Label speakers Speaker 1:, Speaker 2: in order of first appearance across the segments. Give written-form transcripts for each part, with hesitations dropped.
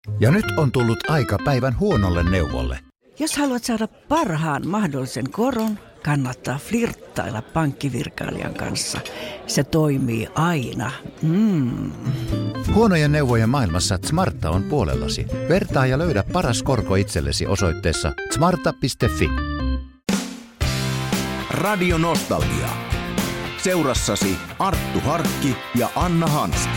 Speaker 1: Ja nyt on tullut aika päivän huonolle neuvolle.
Speaker 2: Jos haluat saada parhaan mahdollisen koron, kannattaa flirttailla pankkivirkailijan kanssa. Se toimii aina.
Speaker 1: Huonojen neuvojen maailmassa Smarta on puolellasi. Vertaa ja löydä paras korko itsellesi osoitteessa smarta.fi.
Speaker 3: Radio Nostalgia. Seurassasi Arttu Harkki ja Anna Hanski.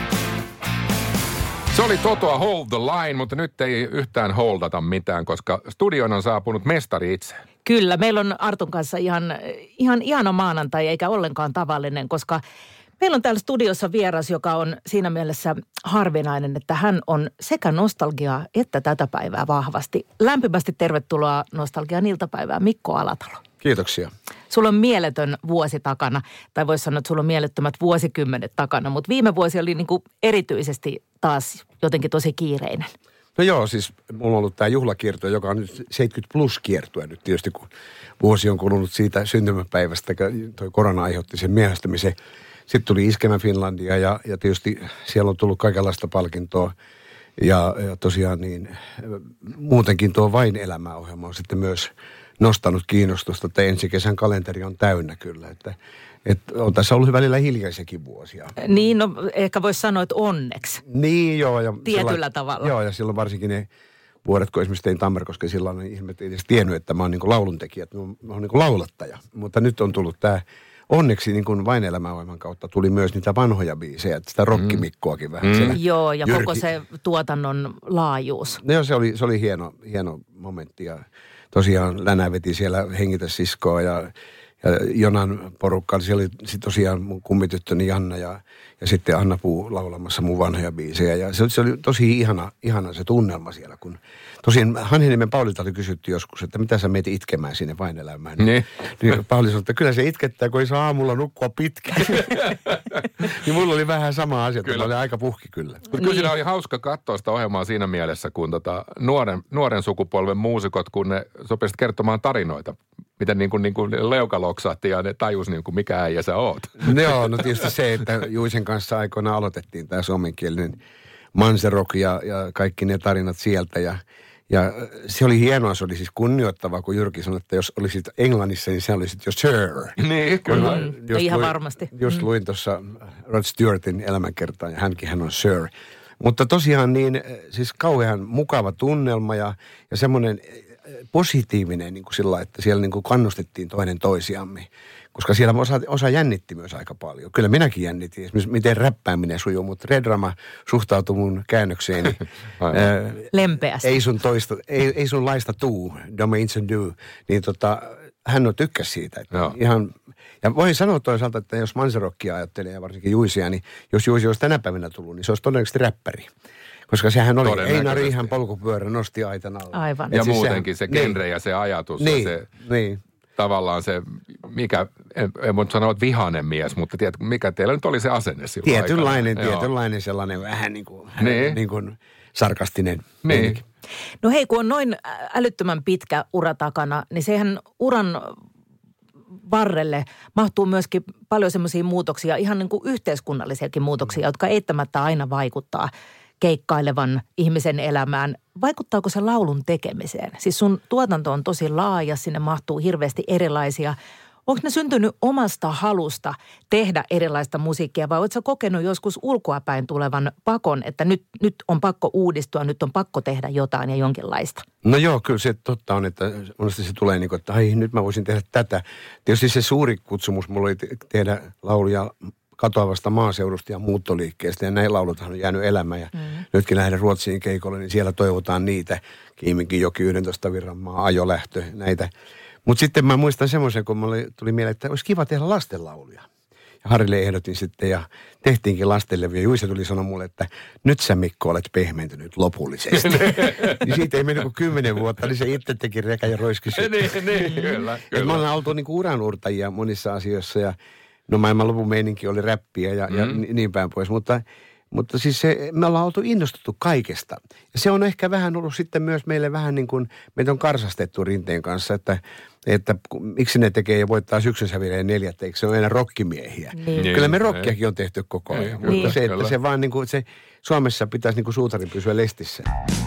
Speaker 4: Se oli Totoa Hold the Line, mutta nyt ei yhtään holdata mitään, koska studion on saapunut mestari itse.
Speaker 5: Kyllä, meillä on Artun kanssa ihan ihana maanantai, eikä ollenkaan tavallinen, koska meillä on täällä studiossa vieras, joka on siinä mielessä harvinainen, että hän on sekä nostalgiaa että tätä päivää vahvasti. Lämpimästi tervetuloa Nostalgian iltapäivään, Mikko Alatalo.
Speaker 6: Kiitoksia.
Speaker 5: Sulla on mieletön vuosi takana, tai voisi sanoa, että sulla on mielettömät vuosikymmenet takana, mutta viime vuosi oli niin kuin erityisesti taas jotenkin tosi kiireinen.
Speaker 6: No joo, siis mulla on ollut tämä juhlakiertue, joka on nyt 70 plus kiertue nyt tietysti, kun vuosi on kulunut siitä syntymäpäivästä, toi korona aiheutti sen myöhästymisen. Sitten tuli Iskemä Finlandia ja tietysti siellä on tullut kaikenlaista palkintoa. Ja tosiaan niin muutenkin tuo Vain elämää-ohjelma on sitten myös nostanut kiinnostusta, että ensi kesän kalenteri on täynnä kyllä, että on tässä ollut välillä hiljaisiakin vuosia.
Speaker 5: Niin, no ehkä voisi sanoa, että onneksi.
Speaker 6: Niin, joo. Ja
Speaker 5: tietyllä tavalla.
Speaker 6: Joo, ja silloin varsinkin ne vuodet, kun esimerkiksi tein Tammerkosken silloin, niin ihmiset ei edes tiennyt, että mä oon niin kuin lauluntekijä, että mä oon niin kuin laulattaja. Mutta nyt on tullut tämä, onneksi niin kuin Vain elämää-ohjelman kautta tuli myös niitä vanhoja biisejä, että sitä rockimikkoakin vähän siellä.
Speaker 5: Joo, ja koko se tuotannon laajuus.
Speaker 6: No joo, se oli hieno momentti ja tosiaan Länä veti siellä Hengitä siskoa ja Jonan porukka, siellä oli tosiaan mun kummityttöni Janna ja sitten Anna Puu laulamassa mun vanhoja biisejä. Ja se oli tosi ihana se tunnelma siellä, kun tosiaan Hanhiniemen Paulilta oli kysytty joskus, että mitä sä meet itkemään sinne Vain elämään. Niin Pauli sanoi, että kyllä se itkettää, kun ei saa aamulla nukkua pitkään. Niin mulla oli vähän sama asia, että oli aika puhki kyllä.
Speaker 4: Mutta kyllä siinä oli hauska katsoa sitä ohjelmaa siinä mielessä, kun nuoren sukupolven muusikot, kun ne sopisivat kertomaan tarinoita. Miten niin kuin leukaloksahti ja ne tajus niin kuin mikä äijä sä oot.
Speaker 6: Joo, no tietysti se, että Juisen kanssa aikoinaan aloitettiin tämä suomenkielinen Manserok ja kaikki ne tarinat sieltä. Ja se oli hienoa, se oli siis kunnioittavaa, kun Jyrki sanoi, että jos olisit Englannissa, niin sä olisit jo Sir.
Speaker 4: Niin, kyllä.
Speaker 5: Ihan varmasti.
Speaker 6: Just luin tuossa Rod Stewartin elämänkertaa ja hän on Sir. Mutta tosiaan niin, siis kauhean mukava tunnelma ja semmoinen positiivinen niin kuin sillä, että siellä niin kuin kannustettiin toinen toisiamme. Koska siellä osa jännitti myös aika paljon. Kyllä minäkin jännitin, esimerkiksi miten räppääminen sujuu, mutta Red Rama suhtautui mun käännökseeni.
Speaker 5: Lempeästi.
Speaker 6: Ei sun laista tuu, domain do. Niin hän on tykkäs siitä. Että ihan, ja voin sanoa toisaalta, että jos Manserokkia ajattelee ja varsinkin Juisia, niin jos Juisi olisi tänä päivänä tullut, niin se olisi todennäköisesti räppäri. Koska sehän oli, Einar Riihän polkupyörä nosti aitan alla.
Speaker 5: Aivan.
Speaker 4: Ja siis muutenkin se genre ja se ajatus.
Speaker 6: Niin,
Speaker 4: ja se,
Speaker 6: niin.
Speaker 4: Tavallaan se, mikä, en voi sanoa, että vihainen mies, mutta tiedätkö, mikä teillä nyt oli se asenne silloin
Speaker 6: Tietynlainen sellainen vähän niin kuin sarkastinen.
Speaker 4: Niin.
Speaker 5: No hei, kun on noin älyttömän pitkä ura takana, niin sehän uran varrelle mahtuu myöskin paljon semmoisia muutoksia, ihan niin kuin yhteiskunnallisiakin muutoksia, jotka eittämättä aina vaikuttaa keikkailevan ihmisen elämään. Vaikuttaako se laulun tekemiseen? Siis sun tuotanto on tosi laaja, sinne mahtuu hirveästi erilaisia. Onko ne syntynyt omasta halusta tehdä erilaista musiikkia vai oletko kokenut joskus ulkoapäin tulevan pakon, että nyt on pakko uudistua, nyt on pakko tehdä jotain ja jonkinlaista?
Speaker 6: No joo, kyllä se totta on, että monesti se tulee niin kuin, että nyt mä voisin tehdä tätä. Tietysti se suuri kutsumus mulla oli tehdä lauluja katoavasta maaseudusta ja muuttoliikkeestä. Ja näin lauluthan on jäänyt elämään. Ja nytkin lähden Ruotsiin keikolle, niin siellä toivotaan niitä. Kiiminkin joki 11 virran maa, ajolähtö, näitä. Mutta sitten mä muistan semmoisen, kun mulle tuli mieleen, että olisi kiva tehdä lastenlauluja. Ja Harille ehdotin sitten ja tehtiinkin lastenlevy. Ja Juisa tuli sanoa mulle, että nyt sä Mikko olet pehmentynyt lopullisesti. Niin siitä ei mennyt kuin 10 vuotta, niin se itse teki rekä ja roiski.
Speaker 4: Niin, kyllä.
Speaker 6: Me ollaan oltu niin kuin uranurtajia monissa asioissa ja no maailmanlopun meininki oli räppiä ja niin päin pois. Mutta Mutta siis me ollaan oltu innostuttu kaikesta. Ja se on ehkä vähän ollut sitten myös meille vähän niin kuin, meitä on karsastettu Rinteen kanssa, että miksi ne tekee ja voittaa syksyn säveleen 4, eikö se ole enää rokkimiehiä.
Speaker 5: Niin.
Speaker 6: Kyllä me rockiakin on tehty koko ajan, mutta se, että se vaan niin kuin, se Suomessa pitäisi niin kuin suutarin pysyä lestissä.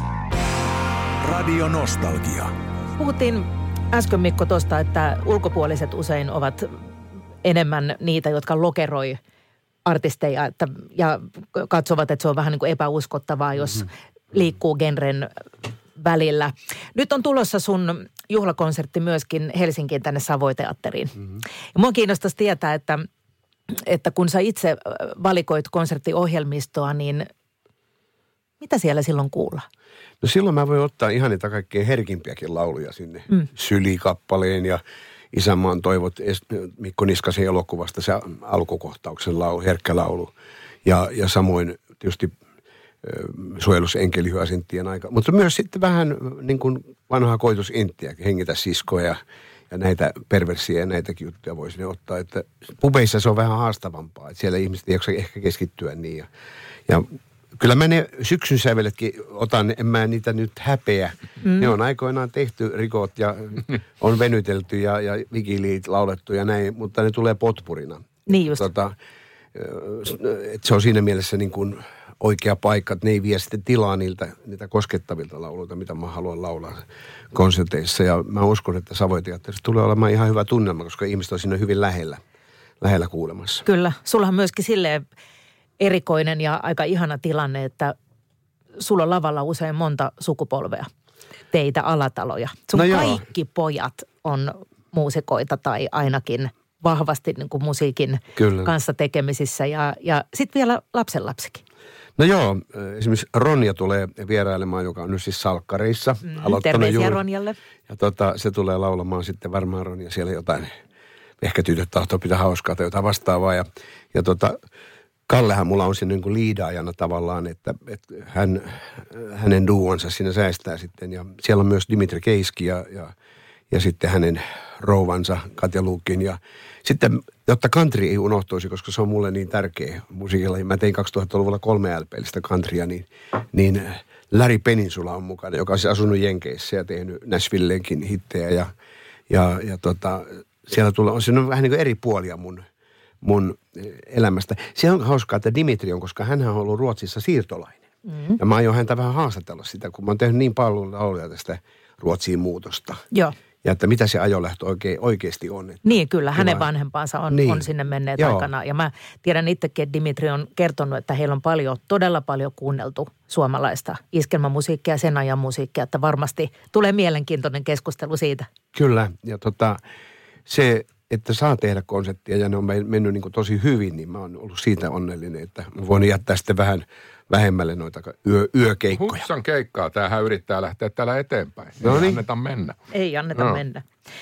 Speaker 3: Radio Nostalgia.
Speaker 5: Puhuttiin äsken, Mikko, tuosta, että ulkopuoliset usein ovat enemmän niitä, jotka lokeroi artisteja ja katsovat, että se on vähän niin kuin epäuskottavaa, jos liikkuu genren välillä. Nyt on tulossa sun juhlakonsertti myöskin Helsinkiin tänne Savoy-teatteriin. Ja mua kiinnostaisi tietää, että kun sä itse valikoit konserttiohjelmistoa, niin mitä siellä silloin kuullaan?
Speaker 6: No silloin mä voin ottaa ihan niitä kaikkein herkimpiäkin lauluja sinne. Sylikappaleen ja Isänmaan toivot Mikko Niskasen elokuvasta, se alkukohtauksen laulu, herkkä laulu. Ja samoin tietysti suojelusenkeli Hyasinttien aika. Mutta myös sitten vähän niin kuin vanhaa koitusinttiä, Hengitä siskoja ja näitä perversiä ja näitäkin juttuja voisi ne ottaa. Että pubeissa se on vähän haastavampaa, että siellä ihmiset ei jaksa ehkä keskittyä niin. Ja kyllä mä ne syksyn säveletkin otan, en mä niitä nyt häpeä. Ne on aikoinaan tehty rikot ja on venytelty ja vigiliit laulettu ja näin, mutta ne tulee potpurina.
Speaker 5: Niin just.
Speaker 6: Se on siinä mielessä niin kuin oikea paikka, että ne ei vie sitten tilaa niitä koskettavilta lauluilta, mitä mä haluan laulaa konserteissa. Ja mä uskon, että Savoy-teatterissa tulee olemaan ihan hyvä tunnelma, koska ihmiset on siinä hyvin lähellä kuulemassa. Kyllä.
Speaker 5: Sulla on myöskin silleen erikoinen ja aika ihana tilanne, että sulla on lavalla usein monta sukupolvea, teitä alataloja. Sun kaikki pojat on muusikoita tai ainakin vahvasti niin kuin musiikin kanssa tekemisissä ja sitten vielä lapsenlapsikin.
Speaker 6: No joo, esimerkiksi Ronja tulee vierailemaan, joka on nyt siis salkkareissa.
Speaker 5: Terveisiä Ronjalle.
Speaker 6: Ja se tulee laulamaan sitten varmaan Ronja siellä jotain, ehkä tytöt tahtoo pitää hauskaa tai jotain vastaavaa. Ja Kallehan mulla on siinä niin kuin liidaajana tavallaan, että hänen duonsa siinä säästää sitten. Ja siellä on myös Dimitri Keiski ja sitten hänen rouvansa Katja Luukin. Ja sitten, jotta country ei unohtuisi, koska se on mulle niin tärkeä musiikilla. Mä tein 2000-luvulla 3 LP:llistä countrya, niin Larry Peninsula on mukana, joka on siis asunut Jenkeissä ja tehnyt Nashvilleenkin hittejä. Siellä on vähän niin kuin eri puolia mun elämästä. Se on hauskaa, että Dimitri on, koska hän on ollut Ruotsissa siirtolainen. Ja mä aion häntä vähän haastatella sitä, kun mä oon tehnyt niin paljon lauluja tästä Ruotsiin muutosta.
Speaker 5: Joo.
Speaker 6: Ja että mitä se ajolähtö oikeasti on.
Speaker 5: Niin kyllä, hänen vanhempansa on sinne menneet aikana. Ja mä tiedän itsekin, että Dimitri on kertonut, että heillä on todella paljon kuunneltu suomalaista iskelmämusiikkia, sen ajan musiikkia, että varmasti tulee mielenkiintoinen keskustelu siitä.
Speaker 6: Kyllä, ja se, että saa tehdä konserttia ja ne on mennyt niin kuin tosi hyvin, niin mä oon ollut siitä onnellinen, että mä voin jättää sitten vähän vähemmälle noita yökeikkoja.
Speaker 4: Hutsan keikkaa. Tämähän yrittää lähteä täällä eteenpäin. Ei anneta mennä.
Speaker 5: Ei anneta mennä.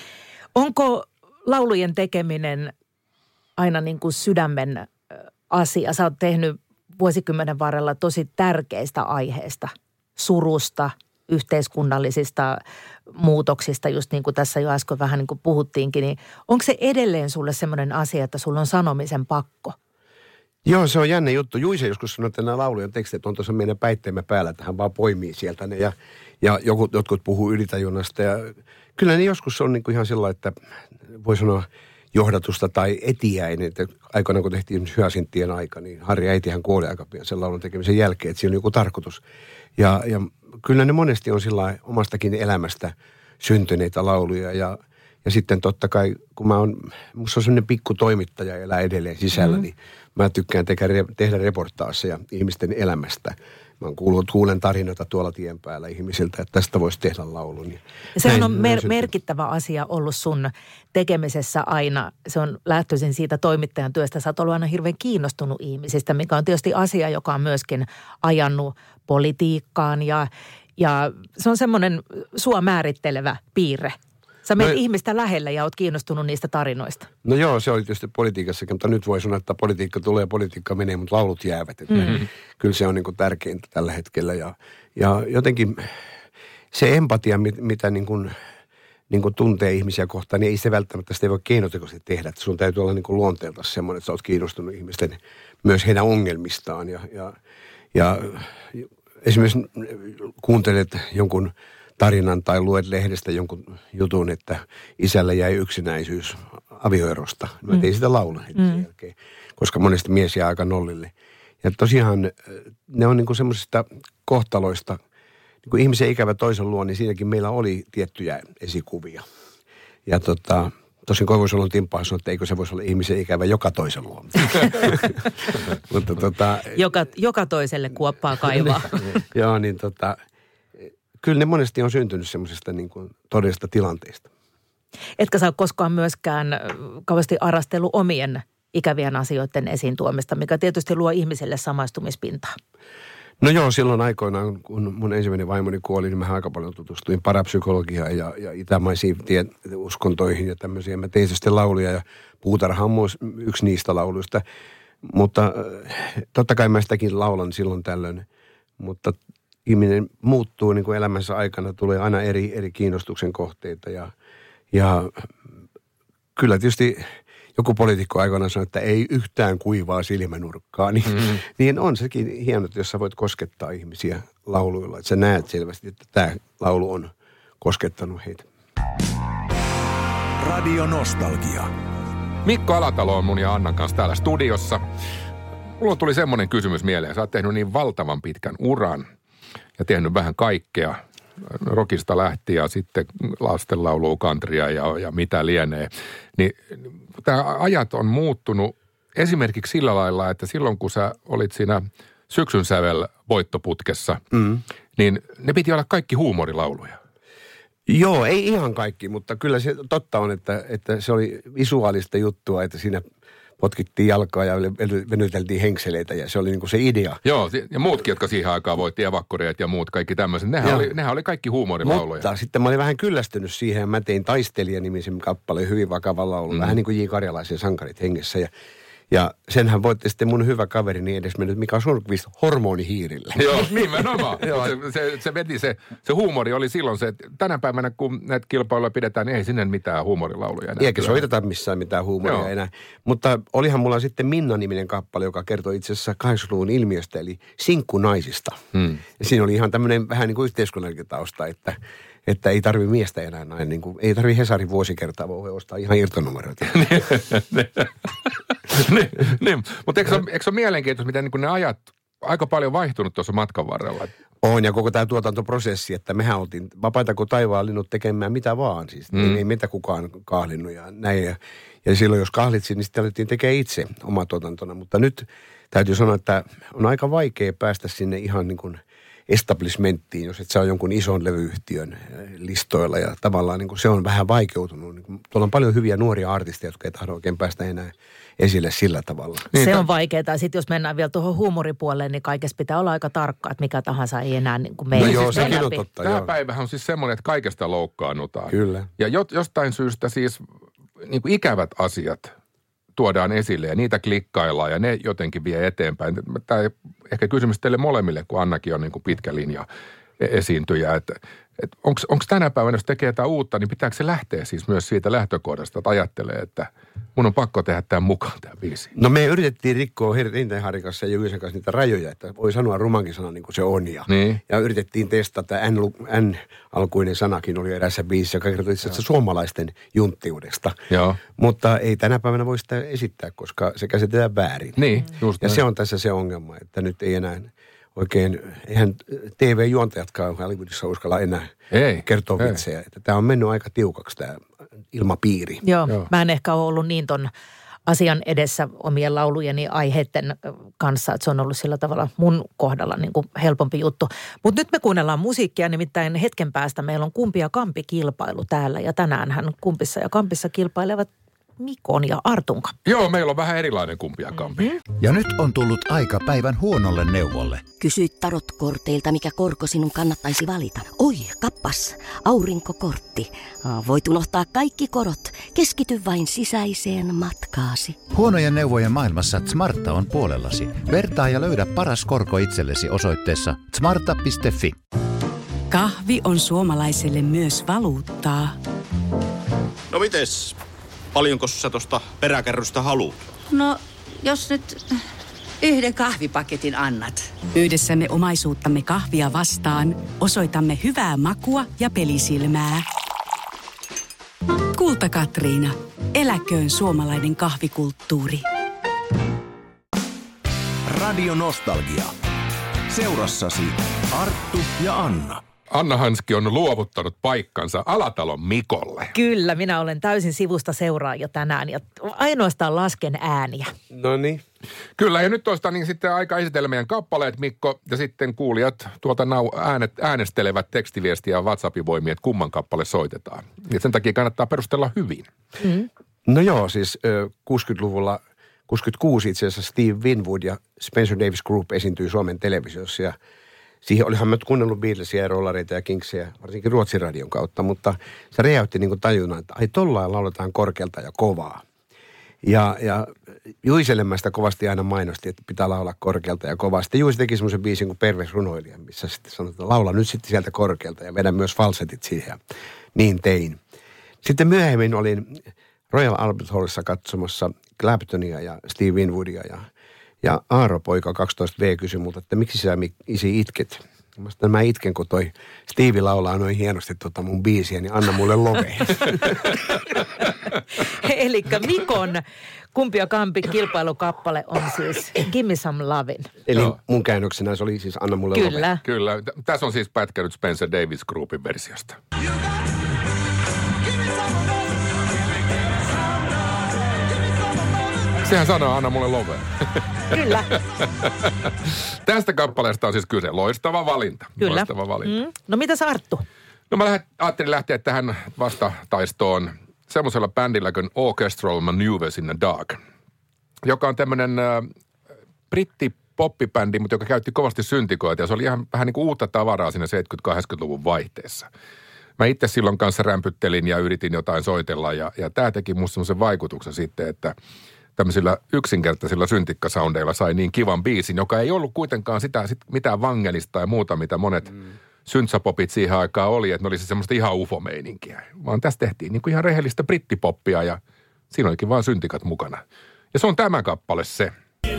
Speaker 5: Onko laulujen tekeminen aina niin kuin sydämen asia? Sä oot tehnyt vuosikymmenen varrella tosi tärkeistä aiheista, surusta, yhteiskunnallisista muutoksista, just niin kuin tässä jo äsken vähän niin kuin puhuttiinkin, niin onko se edelleen sulle semmoinen asia, että sulla on sanomisen pakko?
Speaker 6: Joo, se on jännä juttu. Juise joskus sanoi, että nämä laulujen tekstit on tuossa meidän päitteemme päällä, että hän vaan poimii sieltä ne ja jotkut puhuu ylitajunnasta ja kyllä ne joskus on niin kuin ihan sillä, että voi sanoa johdatusta tai etiäinen, että aikoinaan kun tehtiin Hyasinttien aika, niin Harri äitihän kuoli aika pian sen laulun tekemisen jälkeen, että siinä on joku tarkoitus. Ja kyllä ne monesti on sillä omastakin elämästä syntyneitä lauluja ja sitten totta kai, kun musta on sellainen pikku toimittaja elää edelleen sisällä, niin mä tykkään tehdä reportaaseja ihmisten elämästä. Mä kuulen tarinoita tuolla tien päällä ihmisiltä, että tästä voisi tehdä laulun.
Speaker 5: Sehän on merkittävä asia ollut sun tekemisessä aina. Se on lähtöisin siitä toimittajan työstä. Sä oot ollut aina hirveän kiinnostunut ihmisistä, mikä on tietysti asia, joka on myöskin ajanut politiikkaan. Ja se on semmoinen sua määrittelevä piirre. Sä menet ihmistä lähelle ja oot kiinnostunut niistä tarinoista.
Speaker 6: No joo, se oli tietysti politiikassakin, mutta nyt voi sanoa, että politiikka tulee ja politiikka menee, mutta laulut jäävät. Kyllä se on niin kuin tärkeintä tällä hetkellä. Ja jotenkin se empatia, mitä niin kuin niin kuin tuntee ihmisiä kohtaan, niin ei se välttämättä sitä ei voi keinotekoisesti tehdä. Että sun täytyy olla niin kuin luonteelta semmoinen, että sä oot kiinnostunut ihmisten, myös heidän ongelmistaan. Ja esimerkiksi kuuntelet jonkun tarinan tai luet lehdestä jonkun jutun, että isällä jäi yksinäisyys avioerosta. Mä tein sitä laulun heti sen jälkeen, koska monesti mies jää aika nollille. Ja tosiaan ne on niin kuin semmoisista kohtaloista, niin kuin ihmisen ikävä toisen luo, niin siinäkin meillä oli tiettyjä esikuvia. Ja tosin Koivusalon Timppa sanoi, että eikö se voisi olla ihmisen ikävä joka toisen luo. Mutta
Speaker 5: joka toiselle kuoppaa kaivaa.
Speaker 6: Joo, niin kyllä ne monesti on syntynyt semmoisesta niin kuin todellisesta tilanteesta.
Speaker 5: Etkä sä ole koskaan myöskään kauheasti arastellut omien ikävien asioiden esiin tuomista, mikä tietysti luo ihmiselle samaistumispintaa.
Speaker 6: No joo, silloin aikoinaan, kun mun ensimmäinen vaimoni kuoli, niin mä aika paljon tutustuin parapsykologiaan ja itämaisiin uskontoihin ja tämmöisiä. Mä tein sitten lauluja ja Puutarha on yksi niistä lauluista. Mutta totta kai mä sitäkin laulan silloin tällöin. Mutta ihminen muuttuu niin kuin elämänsä aikana, tulee aina eri kiinnostuksen kohteita. Ja kyllä tietysti joku poliitikko aikoinaan sanoi, että ei yhtään kuivaa silmänurkkaa, niin on sekin hienoa, jos sä voit koskettaa ihmisiä lauluilla. Että sä näet selvästi, että tämä laulu on koskettanut heitä.
Speaker 3: Radio Nostalgia.
Speaker 4: Mikko Alatalo on mun ja Annan kanssa täällä studiossa. Mulla tuli semmoinen kysymys mieleen. Sä oot tehnyt niin valtavan pitkän uran ja tehnyt vähän kaikkea. Rockista lähti ja sitten lastenlaulua, countrya ja mitä lienee. Niin tämä ajat on muuttunut esimerkiksi sillä lailla, että silloin kun sä olit siinä Syksyn sävel voittoputkessa, niin ne piti olla kaikki huumorilauluja.
Speaker 6: Joo, ei ihan kaikki, mutta kyllä se totta on, että se oli visuaalista juttua, että siinä potkittiin jalkaa ja venyteltiin henkseleitä ja se oli niin kuin se idea.
Speaker 4: Joo, ja muutkin, jotka siihen aikaan voitti evakkoreet ja muut kaikki tämmöiset, nehän oli kaikki huumorilauluja.
Speaker 6: Mutta sitten mä olin vähän kyllästynyt siihen ja mä tein Taistelija-nimisen kappaleen, hyvin vakava laulu, vähän niin kuin J. Karjalaisen Sankarit hengessä ja senhän voitti sitten mun hyvä kaveri niin edesmennyt Mika Sundqvist Hormonihiirille.
Speaker 4: Joo, nimenomaan. se veti se huumori oli silloin se, että tänä päivänä kun näitä kilpailuja pidetään, niin ei sinne mitään huumorilauluja enää.
Speaker 6: Eikä soiteta missään mitään huumoria enää. Mutta olihan mulla sitten Minna-niminen kappale, joka kertoi itse asiassa 80-luvun ilmiöstä, eli sinkkunaisista. Ja siinä oli ihan tämmöinen vähän niin kuin yhteiskunnallinen tausta, että ei tarvitse miestä enää näin, niin kuin, ei tarvitse Hesarin vuosikertaa, voi ostaa ihan irtonumeroita.
Speaker 4: Niin, mutta eikö se ole mielenkiintoista, miten niin ne ajat aika paljon vaihtunut tuossa matkan varrella?
Speaker 6: On, ja koko tämä tuotantoprosessi, että mehän oltiin vapaita kuin taivaan linnut tekemään mitä vaan. Siis ei meitä kukaan kahlinnut ja näin. Ja silloin jos kahlitsin, niin sitten alettiin tekemään itse oma tuotantona. Mutta nyt täytyy sanoa, että on aika vaikea päästä sinne ihan niin kuin establishmenttiin, jos et saa jonkun ison levyyhtiön listoilla. Ja tavallaan niin kuin se on vähän vaikeutunut. Niin kuin, tuolla on paljon hyviä nuoria artisteja, jotka ei tahdo oikein päästä enää esille sillä tavalla.
Speaker 5: Se on vaikeaa. Sitten jos mennään vielä tuohon huumoripuolelle, niin kaikessa pitää olla aika tarkkaa, että mikä tahansa ei enää niin kuin mene.
Speaker 6: No joo, sekin on totta.
Speaker 4: Tämä päivähän on siis semmoinen, että kaikesta loukkaannutaan.
Speaker 6: Kyllä.
Speaker 4: Ja jostain syystä siis niin kuin ikävät asiat tuodaan esille ja niitä klikkaillaan ja ne jotenkin vie eteenpäin. Tämä ehkä kysymys teille molemmille, kun Annakin on niin kuin pitkä linja esiintyjä, että onko tänä päivänä, jos tekee jotain uutta, niin pitääkö se lähteä siis myös siitä lähtökohdasta, että ajattelee, että mun on pakko tehdä tämän mukaan tämä biisi?
Speaker 6: No me yritettiin rikkoa Rinteen kanssa ja Jyvisen kanssa niitä rajoja, että voi sanoa rumankin sana niin kuin se on. Ja yritettiin testata, N-alkuinen sanakin oli erässä biisissä, joka kertoi itse asiassa suomalaisten junttiudesta.
Speaker 4: Joo.
Speaker 6: Mutta ei tänä päivänä voi sitä esittää, koska se käsitellään väärin.
Speaker 4: Niin, just
Speaker 6: ja se on tässä se ongelma, että nyt ei enää oikein, eihän TV-juontajatkaan Hollywoodissa uskalla enää kertoa vitsejä. Tämä on mennyt aika tiukaksi tämä ilmapiiri.
Speaker 5: Joo, mä en ehkä ole ollut niin ton asian edessä omien laulujeni aiheiden kanssa, että se on ollut sillä tavalla mun kohdalla niin kuin helpompi juttu. Mutta nyt me kuunnellaan musiikkia, nimittäin hetken päästä meillä on Kumpi ja Kampi -kilpailu täällä ja tänäänhän Kumpissa ja Kampissa kilpailevat Mikon ja Artunka.
Speaker 4: Joo, meillä on vähän erilainen Kumpi ja Kampi.
Speaker 1: Ja nyt on tullut aika päivän huonolle neuvolle.
Speaker 7: Kysy tarotkorteilta, mikä korko sinun kannattaisi valita. Oi, kappas, aurinkokortti. Voit unohtaa kaikki korot. Keskity vain sisäiseen matkaasi.
Speaker 1: Huonojen neuvojen maailmassa Smarta on puolellasi. Vertaa ja löydä paras korko itsellesi osoitteessa smarta.fi.
Speaker 8: Kahvi on suomalaiselle myös valuuttaa. mites? Paljonko sä tosta peräkärrystä haluat?
Speaker 9: No, jos nyt yhden kahvipaketin annat.
Speaker 10: Yhdessämme omaisuuttamme kahvia vastaan osoitamme hyvää makua ja pelisilmää. Kulta Katriina. Eläköön suomalainen kahvikulttuuri.
Speaker 3: Radio Nostalgia. Seurassasi Arttu ja Anna.
Speaker 4: Anna Hanski on luovuttanut paikkansa Alatalon Mikolle.
Speaker 5: Kyllä, minä olen täysin sivusta seuraaja tänään ja ainoastaan lasken ääniä.
Speaker 6: No niin.
Speaker 4: Kyllä, ja nyt olisi niin sitten aika esitellä meidän kappaleet, Mikko, ja sitten kuulijat äänestelevät tekstiviestiä ja WhatsAppin voimia, että kumman kappale soitetaan. Ja sen takia kannattaa perustella hyvin.
Speaker 5: Mm.
Speaker 6: No joo, siis 60-luvulla, 66 itse asiassa Steve Winwood ja Spencer Davis Group esiintyi Suomen televisiossa ja siihen olihan mä kuunnellut Beatlesia ja Rollareita ja Kingsia, varsinkin Ruotsin radion kautta, mutta se räjäytti niin kuin tajunnan, että ai tollain lauletaan korkealta ja kovaa. Ja Juiselemme sitä kovasti aina mainosti, että pitää laulaa korkealta ja kovaa. Sitten Juisi teki semmoisen biisin kuin Perves runoilija, missä sitten sanotaan, laula nyt sitten sieltä korkealta ja vedän myös falsetit siihen. Ja niin tein. Sitten myöhemmin olin Royal Albert Hallissa katsomassa Claptonia ja Steve Winwoodia ja Aaro poika 12V kysyi multa, että miksi sä isi itket? Mä itken, kun toi Steve laulaa noin hienosti mun biisiä, niin anna mulle love.
Speaker 5: Elikkä Mikon Kumpi ja Kampi -kilpailukappale on siis Give Me Some Lovin'.
Speaker 6: Eli mun käännöksenä se oli siis anna mulle love.
Speaker 4: Kyllä. Tässä on siis pätkä nyt Spencer Davis Groupin versiosta. Sehän sanoo, anna mulle love.
Speaker 5: Kyllä.
Speaker 4: Tästä kappaleesta on siis kyse. Loistava valinta.
Speaker 5: Kyllä.
Speaker 4: Loistava valinta.
Speaker 5: No mitäs Arttu?
Speaker 4: No mä ajattelin lähteä tähän vastataistoon semmoisella bändillä kuin Orchestral Manoeuvres in the Dark, joka on tämmöinen britti-poppibändi, mutta joka käytti kovasti syntikoita ja se oli ihan vähän niin kuin uutta tavaraa siinä 70-80-luvun vaihteessa. Mä itse silloin kanssa rämpyttelin ja yritin jotain soitella ja tämä teki musta semmoisen vaikutuksen sitten, että tämmöisillä yksinkertaisilla syntikkasoundeilla sai niin kivan biisin, joka ei ollut kuitenkaan sitä mitään vangelista ja muuta, mitä monet syntsapopit siihen aikaan oli, että ne oli se semmoista ihan ufo-meininkiä. Vaan tässä tehtiin niin kuin ihan rehellistä brittipoppia ja siinä olikin vaan syntikat mukana. Ja se on tämä kappale se.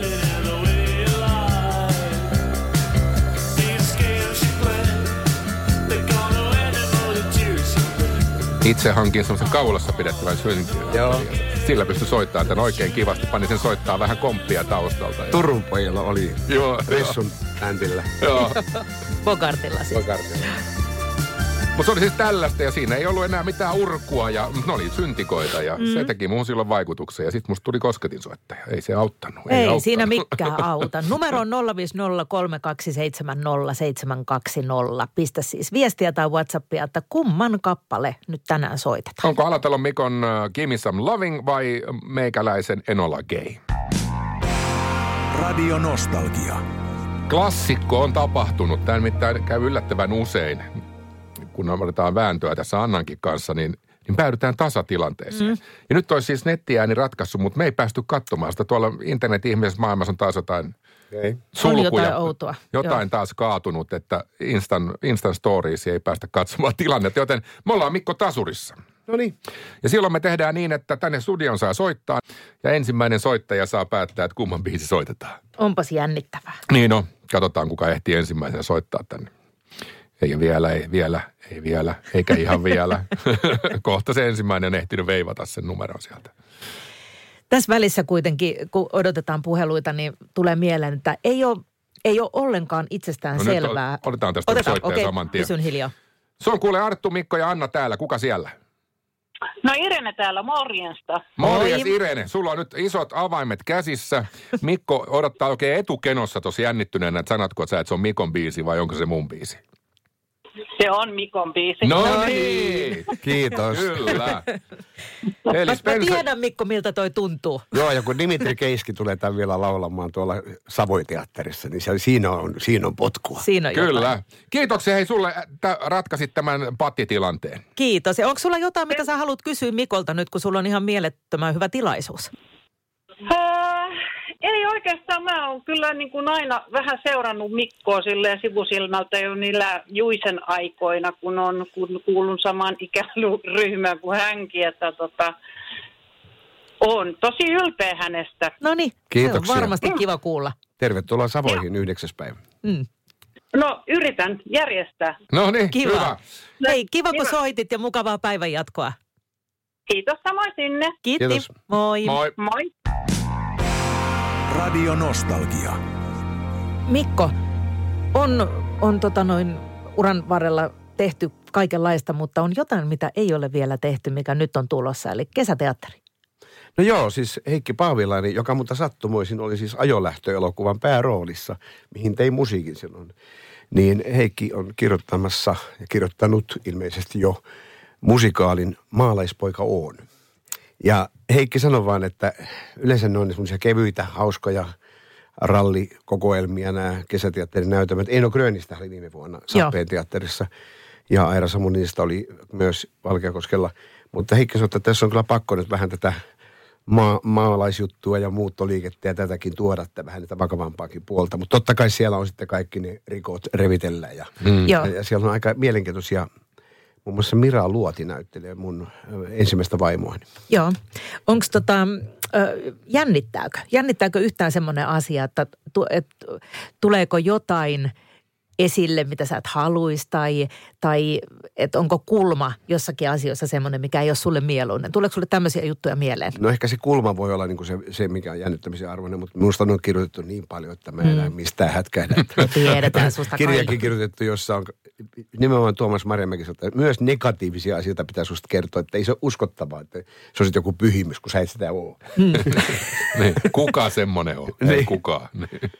Speaker 4: Itse hankin semmoisen kaulassa pidettävän syntiön.
Speaker 6: Joo.
Speaker 4: Sillä pystyi soittamaan tämän oikein kivasti. Pani sen soittaa vähän komppia taustalta.
Speaker 6: Turun pojilla oli Ressun bändillä.
Speaker 4: Joo.
Speaker 5: Bogartilla siis.
Speaker 4: Mutta se oli siis tällaista ja siinä ei ollut enää mitään urkua ja ne oli syntikoita ja se teki muuhun silloin vaikutuksen. Ja sitten musta tuli kosketinsoittaja. Ei se auttanut.
Speaker 5: Ei siinä mikään auta. Numero on 05032700720. Pistä siis viestiä tai WhatsAppia, että kumman kappale nyt tänään soitetaan.
Speaker 4: Onko Alatalon Mikon Give Me Some Loving vai meikäläisen Enola Gay?
Speaker 3: Radio Nostalgia.
Speaker 4: Klassikko on tapahtunut. Tämä nimittäin käy yllättävän usein. Kun aletaan vääntöä tässä Annankin kanssa, niin päädytään tasatilanteeseen. Ja nyt olisi siis nettiääni ratkaisu, mutta me ei päästy katsomaan sitä. Tuolla internet-ihmisessä maailmassa on taas jotain sulkuja.
Speaker 5: Jotain outoa.
Speaker 4: Jotain taas kaatunut, että Instant Stories ei päästä katsomaan tilannetta. Joten me ollaan Mikko tasurissa.
Speaker 6: No niin.
Speaker 4: Ja silloin me tehdään niin, että tänne studioon saa soittaa ja ensimmäinen soittaja saa päättää, että kumman biisi soitetaan.
Speaker 5: Onpas jännittävää.
Speaker 4: Niin no, katsotaan kuka ehtii ensimmäisenä soittaa tänne. Ei vielä, eikä ihan vielä. Kohta se ensimmäinen on ehtinyt veivata sen numeron sieltä.
Speaker 5: Tässä välissä kuitenkin, kun odotetaan puheluita, niin tulee mieleen, että ei ole ollenkaan itsestään selvää.
Speaker 4: No otetaan tästä soittaja saman tien.
Speaker 5: Pysyn hiljaa.
Speaker 4: Se on kuule Arttu, Mikko ja Anna täällä. Kuka siellä?
Speaker 11: No Irene täällä, morjesta.
Speaker 4: Morjes Irene, sulla on nyt isot avaimet käsissä. Mikko odottaa oikein etukenossa tuossa jännittyneenä, että sanotko että se on Mikon biisi vai onko se mun biisi?
Speaker 11: Se on Mikon biisi.
Speaker 4: No niin,
Speaker 6: kiitos.
Speaker 4: Kyllä.
Speaker 5: Eli mä tiedän Mikko, miltä toi tuntuu.
Speaker 6: Joo, ja kun Dimitri Keiski tulee tämän vielä laulamaan tuolla Savoiteatterissa, niin siinä on potkua.
Speaker 5: Siinä on
Speaker 4: Kyllä.
Speaker 5: Jotain.
Speaker 4: Kiitoksia hei sulle, että ratkaisit tämän pattitilanteen.
Speaker 5: Kiitos. Ja onko sulla jotain, mitä sä haluat kysyä Mikolta nyt, kun sulla on ihan mielettömän hyvä tilaisuus?
Speaker 11: Ei oikeastaan, mä oon kyllä niin kuin aina vähän seurannut Mikkoa silleen sivusilmältä jo niillä Juisen aikoina, kun kuulun samaan ikäryhmään kuin hänkin, että on tosi ylpeä hänestä.
Speaker 5: No niin, se on varmasti kiva kuulla.
Speaker 6: Tervetuloa Savoihin 9. päivä.
Speaker 11: No, yritän järjestää.
Speaker 4: No niin,
Speaker 5: kiva.
Speaker 4: Hyvä.
Speaker 5: Hei, kiva kun soitit ja mukavaa päivän jatkoa.
Speaker 11: Kiitos samoin sinne.
Speaker 5: Kiitos.
Speaker 6: Kiitos.
Speaker 5: Moi.
Speaker 4: Moi.
Speaker 11: Moi.
Speaker 3: Radio Nostalgia.
Speaker 5: Mikko, on uran varrella tehty kaikenlaista, mutta on jotain, mitä ei ole vielä tehty, mikä nyt on tulossa, eli kesäteatteri.
Speaker 6: No joo, siis Heikki Paavilainen, joka mutta sattumoisin oli siis ajolähtöelokuvan pääroolissa, mihin tein musiikin silloin. Niin Heikki on kirjoittamassa ja kirjoittanut ilmeisesti jo musikaalin Maalaispoika Oon. Ja Heikki sanoi vaan, että yleensä ne on semmoisia kevyitä, hauskoja rallikokoelmia nämä kesäteatterin näytelmät. Eino Grönistä oli viime vuonna Sappeen teatterissa ja Aira Samuninista oli myös Valkeakoskella. Mutta Heikki sanoi, että tässä on kyllä pakko nyt vähän tätä maalaisjuttua ja muuttoliikettä ja tätäkin tuoda vähän niitä vakavampaakin puolta. Mutta totta kai siellä on sitten kaikki ne rikot revitellä ja siellä on aika mielenkiintoisia. Muun muassa Mira Luoti näyttelee mun ensimmäistä vaimoani.
Speaker 5: Joo. Onko jännittääkö yhtään semmoinen asia, että tuleeko jotain esille, mitä sä et haluisi, tai että onko kulma jossakin asioissa semmoinen, mikä ei ole sulle mieluinen? Tuleeko sulle tämmöisiä juttuja mieleen?
Speaker 6: No ehkä se kulma voi olla niin kuin se, mikä on jännittämisen arvoinen, mutta minusta on kirjoitettu niin paljon, että mä en enää mistään hätkähdä.
Speaker 5: Me tiedetään susta
Speaker 6: kirjakin kirjoitettu, jossa on nimenomaan Tuomas Marjamäki sanoo, että myös negatiivisia asioita pitää susta kertoa, että ei se ole uskottavaa, että se on joku pyhimys, kun sä et sitä ole.
Speaker 4: Niin, kuka semmoinen on? Ei kukaan.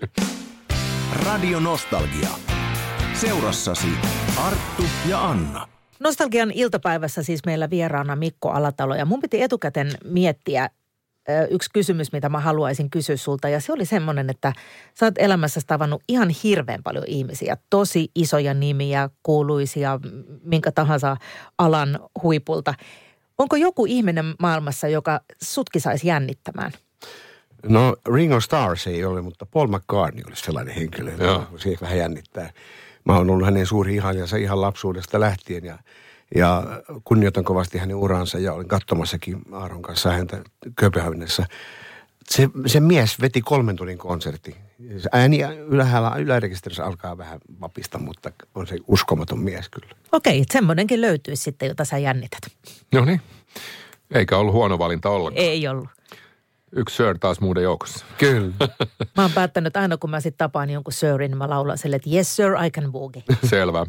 Speaker 3: Radio Nostalgia. Seurassasi Arttu ja Anna.
Speaker 5: Nostalgian iltapäivässä siis meillä vieraana Mikko Alatalo. Ja mun piti etukäteen miettiä yksi kysymys, mitä mä haluaisin kysyä sulta. Ja se oli semmoinen, että sä oot elämässäsi tavannut ihan hirveän paljon ihmisiä. Tosi isoja nimiä, kuuluisia, minkä tahansa alan huipulta. Onko joku ihminen maailmassa, joka sutkin saisi jännittämään?
Speaker 6: No Ringo Starr ei ole, mutta Paul McCartney olisi sellainen henkilö, joka siihen vähän jännittää. Mä oon ollut hänen suuri ihailijansa ihan lapsuudesta lähtien ja kunnioitan kovasti hänen uransa ja olin katsomassakin Aaron kanssa häntä Kööpenhaminassa. Se mies veti 3 tunnin konsertti. Ääni ylärekisterissä alkaa vähän vapista, mutta on se uskomaton mies kyllä.
Speaker 5: Okei, semmoinenkin löytyisi sitten, jota sä jännität.
Speaker 4: No niin, eikä ollut huono valinta ollenkaan.
Speaker 5: Ei ollut.
Speaker 4: Yksi Sir taas muuden joukossa.
Speaker 6: Kyllä.
Speaker 5: Mä oon päättänyt aina, kun mä sit tapaan jonkun Sirin, niin mä laulan sille, että yes sir, I can boogie.
Speaker 4: Selvä.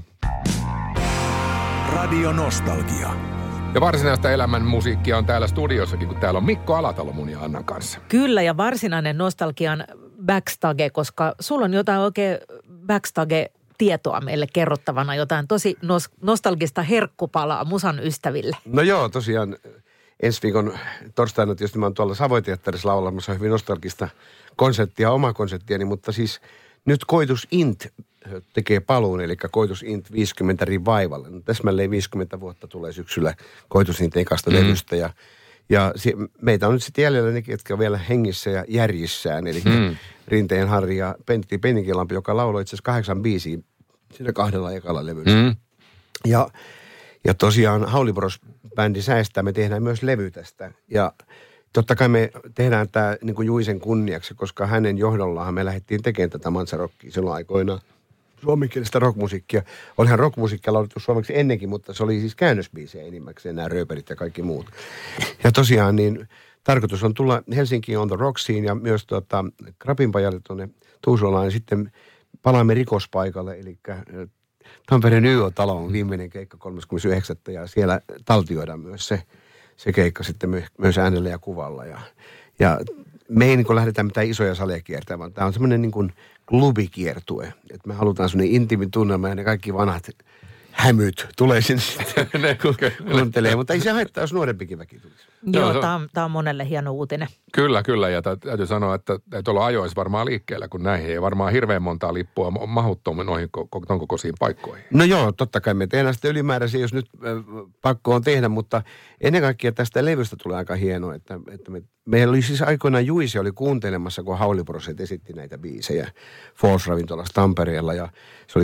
Speaker 3: Radio Nostalgia.
Speaker 4: Ja varsinaista elämän musiikkia on täällä studiossakin, kun täällä on Mikko Alatalo mun ja Annan kanssa.
Speaker 5: Kyllä, ja varsinainen nostalgian backstage, koska sulla on jotain oikein backstage-tietoa meille kerrottavana, jotain tosi nostalgista herkkupalaa musan ystäville.
Speaker 6: No joo, tosiaan ensi viikon torstaina tietysti mä oon tuolla Savoiteatterissa laulamassa hyvin nostalgista konserttia, omaa konserttiani, mutta siis nyt Koitus Int tekee paluun, eli Koitus Int 50 Revival. No, täsmälleen 50 vuotta tulee syksyllä Koitus Int ekasta levystä ja meitä on nyt sitten jäljellä nekin, jotka on vielä hengissä ja järjissään, eli Rinteen Harri ja Pentti Penninkilampi, joka lauloi itse asiassa 8 biisiä siinä 2 ekalla levyllä. Ja tosiaan Hauli Bros-bändi säästää, me tehdään myös levy tästä. Ja totta kai me tehdään tämä niin kuin Juisen kunniaksi, koska hänen johdollaan me lähdettiin tekemään tätä Mansa-rockia silloin aikoinaan. Suomenkielistä rockmusiikkia. Olihan rockmusiikkia laulettu suomeksi ennenkin, mutta se oli siis käännösbiisejä enimmäkseen, nämä rööperit ja kaikki muut. Ja tosiaan niin tarkoitus on tulla Helsinkiin on the Rocksiin ja myös Krapinpajalle tuonne Tuusulaan ja sitten palaamme rikospaikalle, eli Tampereen YO-talo on viimeinen keikka 39. ja siellä taltioidaan myös se keikka sitten myös äänellä ja kuvalla. Ja me ei niin lähdetä mitään isoja saleja kiertämään, vaan tämä on semmoinen niin klubikiertue. Että me halutaan semmoinen intiimin tunnelma ja ne kaikki vanhat hämyt tulee sinne sitten kuuntelee. Mutta ei se haittaa, jos nuorempikin väki tulisi.
Speaker 5: Joo, tämä on monelle hieno uutinen.
Speaker 4: Kyllä. Ja täytyy sanoa, että tuolla ajoissa varmaan liikkeellä, kun näihin ei varmaan hirveän montaa lippua mahuttomme noihin ton kokoisiin paikkoihin.
Speaker 6: No joo, totta kai me tehdään sitä ylimääräisiä, jos nyt pakko on tehdä, mutta ennen kaikkea tästä levystä tulee aika hienoa, että meillä oli siis aikoinaan Juise oli kuuntelemassa, kun Hauliproset esitti näitä biisejä Falls-ravintolassa Tampereella ja se oli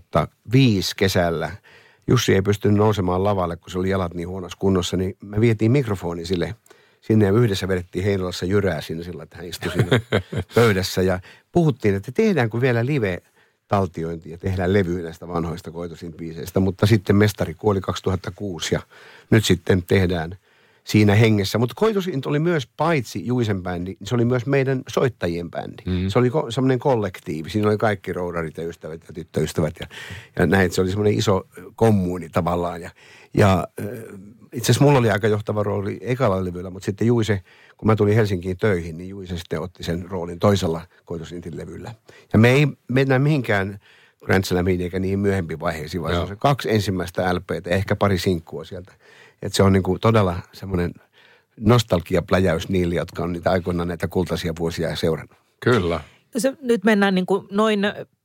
Speaker 6: 2005 kesällä. Jussi ei pystynyt nousemaan lavalle, kun se oli jalat niin huonossa kunnossa, niin me vietiin mikrofoni sille sinne ja yhdessä vedettiin Heinolassa jyrää sinne sillä, että hän istui siinä pöydässä ja puhuttiin, että tehdäänkö vielä live-taltiointia ja tehdään levy näistä vanhoista Koitosin-biiseistä, mutta sitten mestari kuoli 2006 ja nyt sitten tehdään siinä hengessä. Mutta Koitosint oli myös paitsi Juisen bändi, se oli myös meidän soittajien bändi. Se oli semmoinen kollektiivi. Siinä oli kaikki roudarit ja ystävät ja tyttöystävät ja näin. Se oli semmoinen iso kommuuni tavallaan. Ja itse asiassa mulla oli aika johtava rooli ekalla levyllä, mutta sitten Juise, kun mä tulin Helsinkiin töihin, niin Juise sitten otti sen roolin toisella Koitosintin levyllä. Ja me ei mennä mihinkään Grand Slamiin eikä niihin myöhempiin vaiheisiin, vaan se on 2 ensimmäistä LPtä, ehkä pari sinkkua sieltä. Että se on niinku todella semmoinen nostalgiapläjäys niille, jotka on niitä aikoinaan näitä kultaisia vuosia seurannut.
Speaker 4: Kyllä.
Speaker 5: Nyt mennään niin kuin noin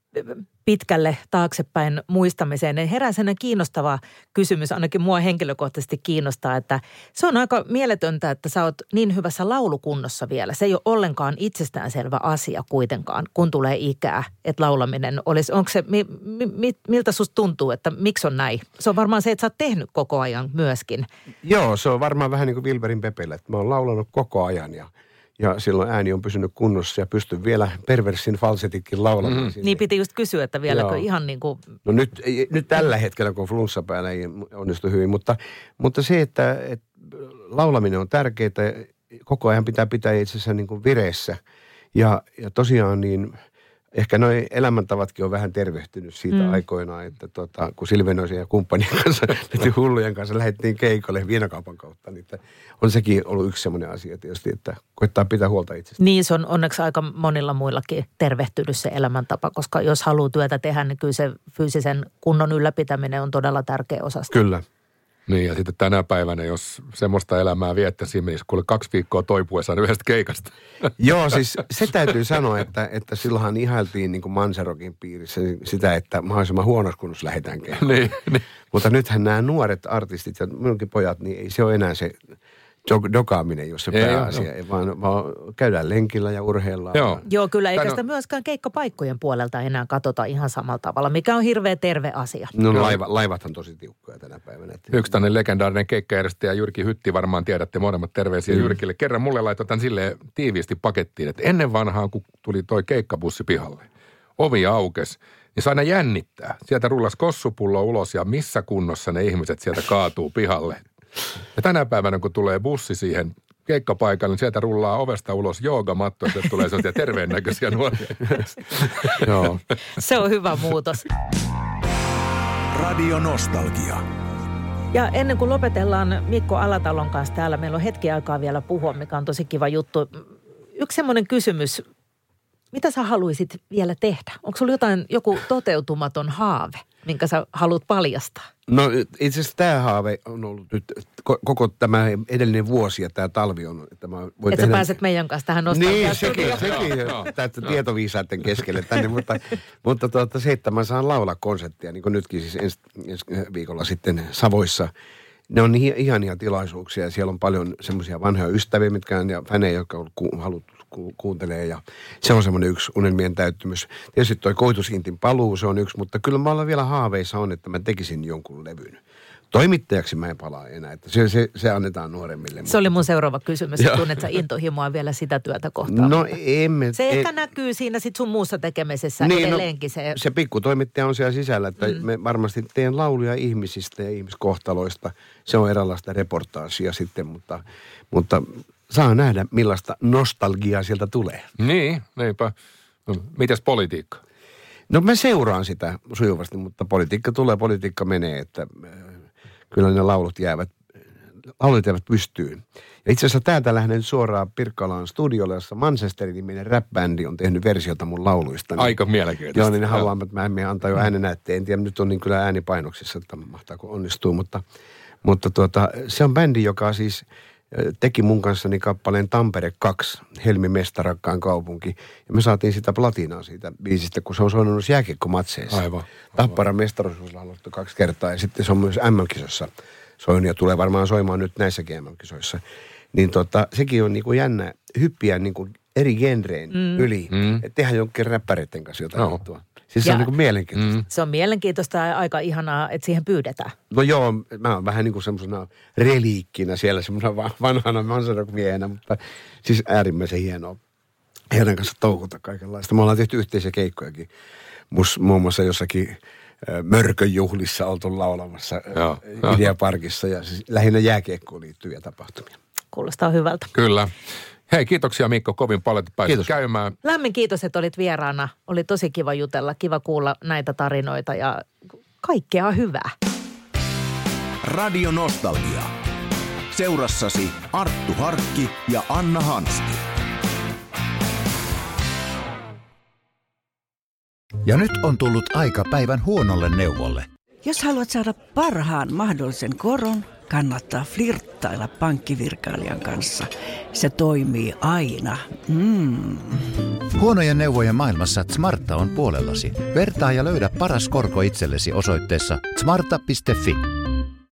Speaker 5: pitkälle taaksepäin muistamiseen. Herää sellainen kiinnostava kysymys, ainakin mua henkilökohtaisesti kiinnostaa, että se on aika mieletöntä, että sä oot niin hyvässä laulukunnossa vielä. Se ei ole ollenkaan itsestäänselvä asia kuitenkaan, kun tulee ikää, että laulaminen olisi. Onko se, miltä susta tuntuu, että miksi on näin? Se on varmaan se, että sä oot tehnyt koko ajan myöskin.
Speaker 6: Joo, se on varmaan vähän niin kuin Wilberin Pepellä, että mä oon laulanut koko ajan ja silloin ääni on pysynyt kunnossa ja pystyn vielä perversin falsetitkin laulamaan.
Speaker 5: Niin piti just kysyä, että vieläkö ihan niin kuin...
Speaker 6: No nyt tällä hetkellä, kun flunssa päällä ei onnistu hyvin, mutta se, että laulaminen on tärkeää, koko ajan pitää itse asiassa niin kuin vireessä. Ja tosiaan niin ehkä noi elämäntavatkin on vähän tervehtynyt siitä aikoinaan, että kun Silvenoisen ja kumppanien kanssa, näiden hullujen kanssa lähdettiin keikolle viinakaupan kautta, niin on sekin ollut yksi semmoinen asia tietysti, että koittaa pitää huolta itsestä.
Speaker 5: Niin, se on onneksi aika monilla muillakin tervehtynyt se elämäntapa, koska jos haluaa työtä tehdä, niin kyllä se fyysisen kunnon ylläpitäminen on todella tärkeä osa.
Speaker 6: Kyllä.
Speaker 4: Niin ja sitten tänä päivänä, jos semmoista elämää viettäisi, menisi kuule 2 viikkoa toipuessaan yhdestä keikasta.
Speaker 6: Joo, siis se täytyy sanoa, että silloinhan ihailtiin niin kuin Manserokin piirissä sitä, että mahdollisimman huonossa kunnossa lähdetään keikoon.
Speaker 4: Niin.
Speaker 6: Mutta nythän nämä nuoret artistit ja minunkin pojat, niin ei se ole enää se dokaaminen, jos se pääasia, vaan käydään lenkillä ja urheillaan.
Speaker 5: Joo, kyllä, eikä sitä myöskään keikkapaikkojen puolelta enää katsota ihan samalla tavalla, mikä on hirveän terve asia.
Speaker 6: No laivathan tosi tiukkoja tänä päivänä.
Speaker 4: Yksi tämmöinen legendaarinen keikkajärjestäjä Jyrki Hytti, varmaan tiedätte molemmat terveisiä Jyrkille. Kerran mulle laittoi tämän silleen tiiviisti pakettiin, että ennen vanhaan, kun tuli toi keikkabussi pihalle, ovi aukesi, niin sai aina jännittää. Sieltä rullasi kossupullo ulos ja missä kunnossa ne ihmiset sieltä kaatuu pihalle. Ja tänä päivänä, kun tulee bussi siihen keikkapaikalle, niin sieltä rullaa ovesta ulos joogamatto, että tulee sellaisia terveen näköisiä nuoria.
Speaker 6: Joo.
Speaker 5: Se on hyvä muutos.
Speaker 3: Radio Nostalgia.
Speaker 5: Ja ennen kuin lopetellaan Mikko Alatalon kanssa täällä, meillä on hetki aikaa vielä puhua, mikä on tosi kiva juttu. Yksi semmoinen kysymys, mitä sä haluaisit vielä tehdä? Onko sulla joku toteutumaton haave, minkä sä haluat paljastaa?
Speaker 6: No itse asiassa tämä haave on ollut nyt koko tämä edellinen vuosi ja tämä talvi on. Että
Speaker 5: sä pääset meidän kanssa tähän nostalgiaan.
Speaker 6: Niin, sekin tästä tietoviisaiden keskelle tänne, mutta se, että mä saan laulaa konserttia, niin kuin nytkin siis ensi viikolla sitten Savoissa. Ne on niin ihania tilaisuuksia ja siellä on paljon semmoisia vanhoja ystäviä, mitkä on ja fänejä, jotka on kuuntelee ja se on semmoinen yksi unelmien täyttymys. Tietysti toi Koitusintin paluu, se on yksi, mutta kyllä mä olen vielä haaveissa on, että mä tekisin jonkun levyn. Toimittajaksi mä en palaa enää, että se annetaan nuoremmille.
Speaker 5: Se oli mun seuraava kysymys, että tunnet sä intohimoa vielä sitä työtä kohtaan.
Speaker 6: No emme.
Speaker 5: Se ehkä näkyy siinä sit sun muussa tekemisessä
Speaker 6: niin,
Speaker 5: edelleenkin.
Speaker 6: Se pikkutoimittaja on siellä sisällä, että me varmasti teen lauluja ihmisistä ja ihmiskohtaloista. Se on eräänlaista reportaasia sitten, mutta saa nähdä millaista nostalgiaa sieltä tulee.
Speaker 4: Niin, niinpä. No, mites politiikka?
Speaker 6: No mä seuraan sitä sujuvasti, mutta politiikka tulee, politiikka menee, että kyllä ne laulut jäävät pystyyn. Ja itse asiassa täältä lähden suoraan Pirkkalan studiolle, jossa Manchester-niminen rap-bändi on tehnyt versiota mun lauluista.
Speaker 4: Aika mielenkiintoista.
Speaker 6: Joo, niin ne haluaa, että mä en antaa jo äänenäytteen. En tiedä, nyt on niin kyllä äänipainoksissa, että mahtaako onnistuu, mutta se on bändi, joka siis teki mun kanssani kappaleen Tampere 2, Helmi Mesta, rakkaan kaupunki. Ja me saatiin sitä platinaa siitä biisistä, kun se on soinut jääkiekkomatseissa.
Speaker 4: Aivan.
Speaker 6: Tapparan mestaruusjuhlalaulut 2 kertaa ja sitten se on myös MM-kisossa soinut ja tulee varmaan soimaan nyt näissäkin MM-kisoissa. Niin sekin on niin kuin jännä hyppiä niin kuin eri genrein yli. Että tehdään jonkin räppäreiden kanssa jotain juttua. Siis se on niin kuin mielenkiintoista.
Speaker 5: Se on mielenkiintoista ja aika ihanaa, että siihen pyydetään.
Speaker 6: No joo, mä oon vähän niin kuin semmoisena reliikkinä siellä, semmoisena vanhana mansarock-miehenä, mutta siis äärimmäisen hienoa heidän kanssa touhuta kaikenlaista. Me ollaan tehty yhteisiä keikkojakin. Muun muassa jossakin Mörkönjuhlissa oltu laulamassa Ideaparkissa ja siis lähinnä jääkiekkoon liittyviä tapahtumia.
Speaker 5: Kuulostaa hyvältä.
Speaker 4: Kyllä. Hei, kiitoksia Mikko kovin paljon, että pääsit käymään.
Speaker 5: Lämmin kiitos, että olit vieraana. Oli tosi kiva jutella, kiva kuulla näitä tarinoita ja kaikkea hyvää.
Speaker 3: Radio Nostalgia. Seurassasi Arttu Harkki ja Anna Hanski.
Speaker 1: Ja nyt on tullut aika päivän huonolle neuvolle.
Speaker 2: Jos haluat saada parhaan mahdollisen koron, kannattaa flirttailla pankkivirkailijan kanssa. Se toimii aina.
Speaker 1: Huonojen neuvojen maailmassa Smarta on puolellasi. Vertaa ja löydä paras korko itsellesi osoitteessa smarta.fi.